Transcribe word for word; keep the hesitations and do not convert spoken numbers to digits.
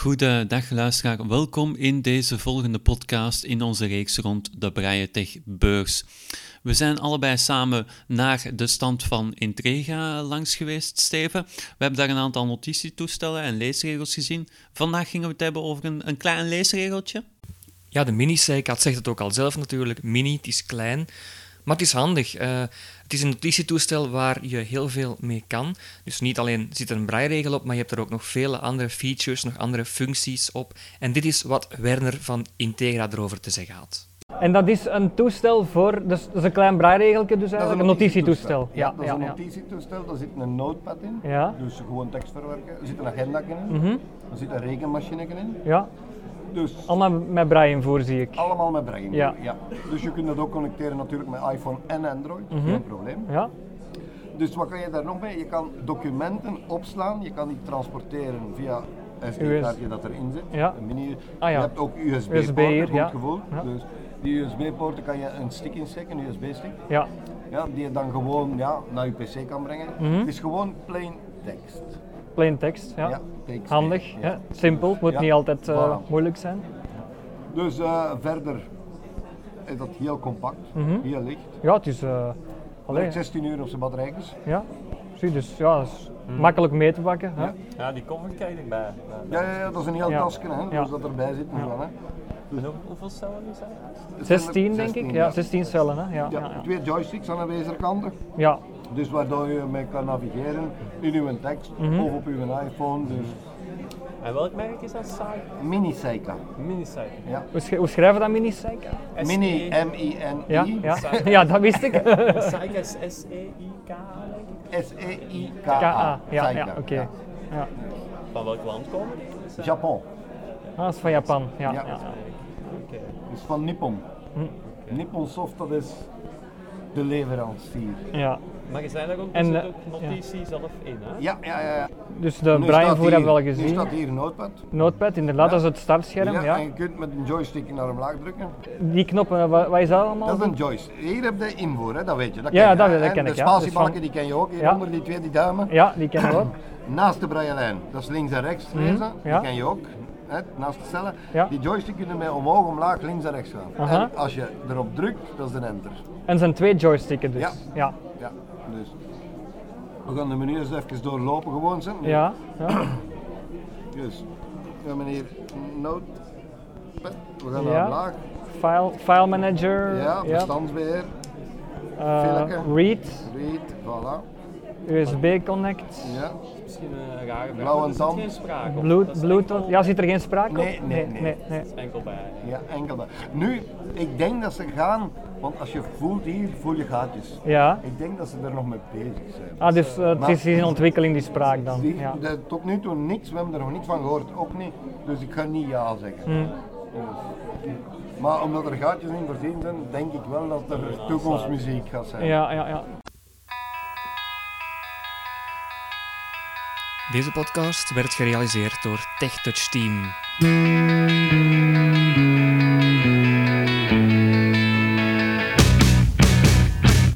Goedendag luisteraar, welkom in deze volgende podcast in onze reeks rond de Braille-Tech beurs. We zijn allebei samen naar de stand van Intrega langs geweest, Steven. We hebben daar een aantal notitietoestellen en leesregels gezien. Vandaag gingen we het hebben over een, een klein leesregeltje. Ja, de mini-Seika, het zegt het ook al zelf natuurlijk. Mini, het is klein, maar het is handig. Uh, het is een notitietoestel waar je heel veel mee kan. Dus niet alleen zit er een brailleregel op, maar je hebt er ook nog vele andere features, nog andere functies op. En dit is wat Werner van Integra erover te zeggen had. En dat is een toestel voor, dus, dat is een klein brailleregeltje dus eigenlijk, een notitietoestel. Ja, ja, dat is ja, een notitietoestel, daar zit een notepad in, ja. Dus gewoon tekst verwerken. Er zit een agenda in, mm-hmm. Er zit een rekenmachine in. Ja. Dus allemaal met braille voor, zie ik. Allemaal met braille, ja. ja. Dus je kunt dat ook connecteren natuurlijk met iPhone en Android, mm-hmm. Geen probleem. Ja. Dus wat kan je daar nog mee? Je kan documenten opslaan, je kan die transporteren via een S D-kaartje dat erin zit. Ja. Een mini. Ah, ja. Je hebt ook U S B-poorten, hier, goed ja. gevoel. Ja. Dus die U S B-poorten kan je een stick insteken, een U S B-stick. Ja. Ja, die je dan gewoon ja, naar je pc kan brengen. Mm-hmm. Het is gewoon plain tekst. Plain tekst, ja. ja tekst, handig, ja. Ja. Simpel, het moet ja. niet altijd uh, voilà. moeilijk zijn. Dus uh, verder is dat heel compact, mm-hmm. heel licht. Ja, het is... Uh, allee, zestien uur op zijn batterijtjes. Ja, zie, dus ja, dat is mm. makkelijk mee te pakken. Ja, ja die cover krijg je erbij. Ja, ja, ja, dat is een heel ja. tasje, hè, dus ja. dat erbij zit. Ja. Van, hè. Dus hoeveel cellen is dat? zestien denk ik, ja, zestien cellen. Hè. Ja, ja, ja, ja. Twee joysticks aan de wijzerkanten. Ja. Dus waardoor je mee kan navigeren in uw tekst mm-hmm. of op uw iPhone. Dus. En welk merk is dat? Seika? Mini Seika. Mini Seika. Ja. Hoe, sch- hoe schrijven we dat Mini Seika? Mini, M I N I. Ja, ja. ja, dat wist ik. Seika is S E I K A denk ik. S E I K A. Ja, ja, oké. Okay. Ja. Van welk land komen die? Japan. Ah, dat is van Japan. Ja. ja. ja. Okay. Dat is van Nippon. Hm. Okay. Nippon Soft, dat is de leverancier. Ja. Maar je zei daar ook, er zit ook notitie ja. zelf in, hè? Ja, ja, ja. Dus de braillevoer hebben we al gezien. Nu staat hier een notepad. Notepad, inderdaad, ja. Dat is het startscherm. Ja, ja. En je kunt met een joystick naar omlaag drukken. Die knoppen, wat, wat is dat allemaal? Dat is een joystick. Hier heb je invoer, hè, dat weet je. Dat ja, ken dat, je, dat ken de ik. De spatiebalken, ja. die ken je ook, hieronder, ja. Die twee die duimen. Ja, die kennen we ook. Naast de braillelijn, dat is links en rechts lezen, mm-hmm. ja. Die ken je ook. Hè, naast de cellen. Ja. Die joystick kunnen met omhoog, omlaag, links en rechts gaan. Uh-huh. En als je erop drukt, dat is de enter. En er zijn twee joysticks dus? Ja. ja. ja. Dus. We gaan de menu eens even doorlopen gewoon zijn. Ja. ja. Dus, we hebben hier note. We gaan naar omlaag. File, file manager. Ja, bestandsbeheer. Uh, read. Read, voilà. U S B connect. Ja. Misschien een rare blauwe er zit geen sprake op. Bluetooth. Bluetooth. Ja, zit er geen sprake nee, op? Nee, nee, nee. nee, nee. Dat is enkel bij. Ja, enkel bij. Nu, ik denk dat ze gaan, want als je voelt hier, voel je gaatjes. Ja. Ik denk dat ze er nog mee bezig zijn. Ah, dus uh, het is in ontwikkeling die spraak dan? Die, ja. de, tot nu toe niks, we hebben er nog niets van gehoord, ook niet. Dus ik ga niet ja zeggen. Mm. Dus. Maar omdat er gaatjes in voorzien zijn, denk ik wel dat er toekomstmuziek gaat zijn. Ja, ja, ja. Deze podcast werd gerealiseerd door TechTouch Team.